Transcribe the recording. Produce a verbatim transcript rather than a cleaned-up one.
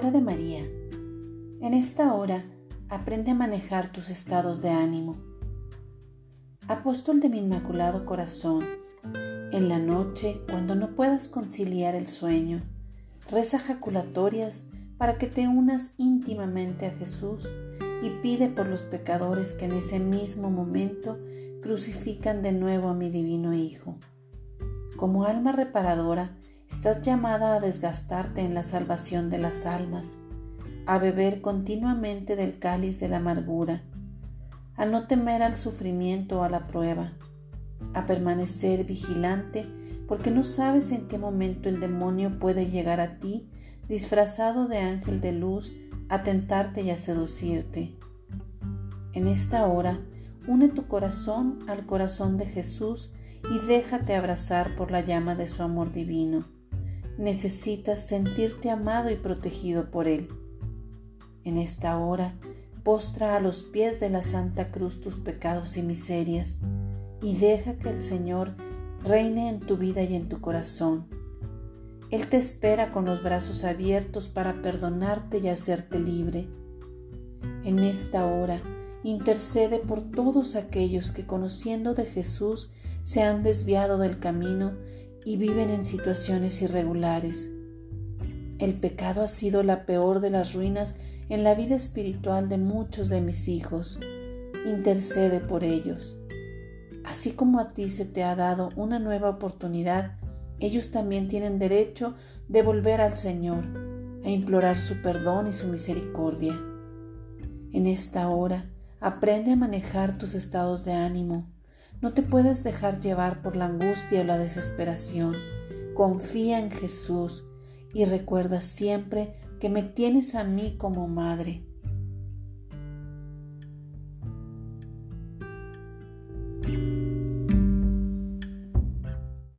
hora de María. En esta hora, aprende a manejar tus estados de ánimo. Apóstol de mi Inmaculado Corazón, en la noche, cuando no puedas conciliar el sueño, reza jaculatorias para que te unas íntimamente a Jesús y pide por los pecadores que en ese mismo momento crucifican de nuevo a mi divino Hijo. Como alma reparadora, estás llamada a desgastarte en la salvación de las almas, a beber continuamente del cáliz de la amargura, a no temer al sufrimiento o a la prueba, a permanecer vigilante porque no sabes en qué momento el demonio puede llegar a ti disfrazado de ángel de luz a tentarte y a seducirte. En esta hora, une tu corazón al corazón de Jesús y déjate abrazar por la llama de su amor divino. Necesitas sentirte amado y protegido por Él. En esta hora, postra a los pies de la Santa Cruz tus pecados y miserias y deja que el Señor reine en tu vida y en tu corazón. Él te espera con los brazos abiertos para perdonarte y hacerte libre. En esta hora, intercede por todos aquellos que, conociendo de Jesús, se han desviado del camino y viven en situaciones irregulares. El pecado ha sido la peor de las ruinas en la vida espiritual de muchos de mis hijos. Intercede por ellos. Así como a ti se te ha dado una nueva oportunidad, ellos también tienen derecho de volver al Señor, a implorar su perdón y su misericordia. En esta hora, aprende a manejar tus estados de ánimo. No te puedes dejar llevar por la angustia o la desesperación. Confía en Jesús y recuerda siempre que me tienes a mí como madre.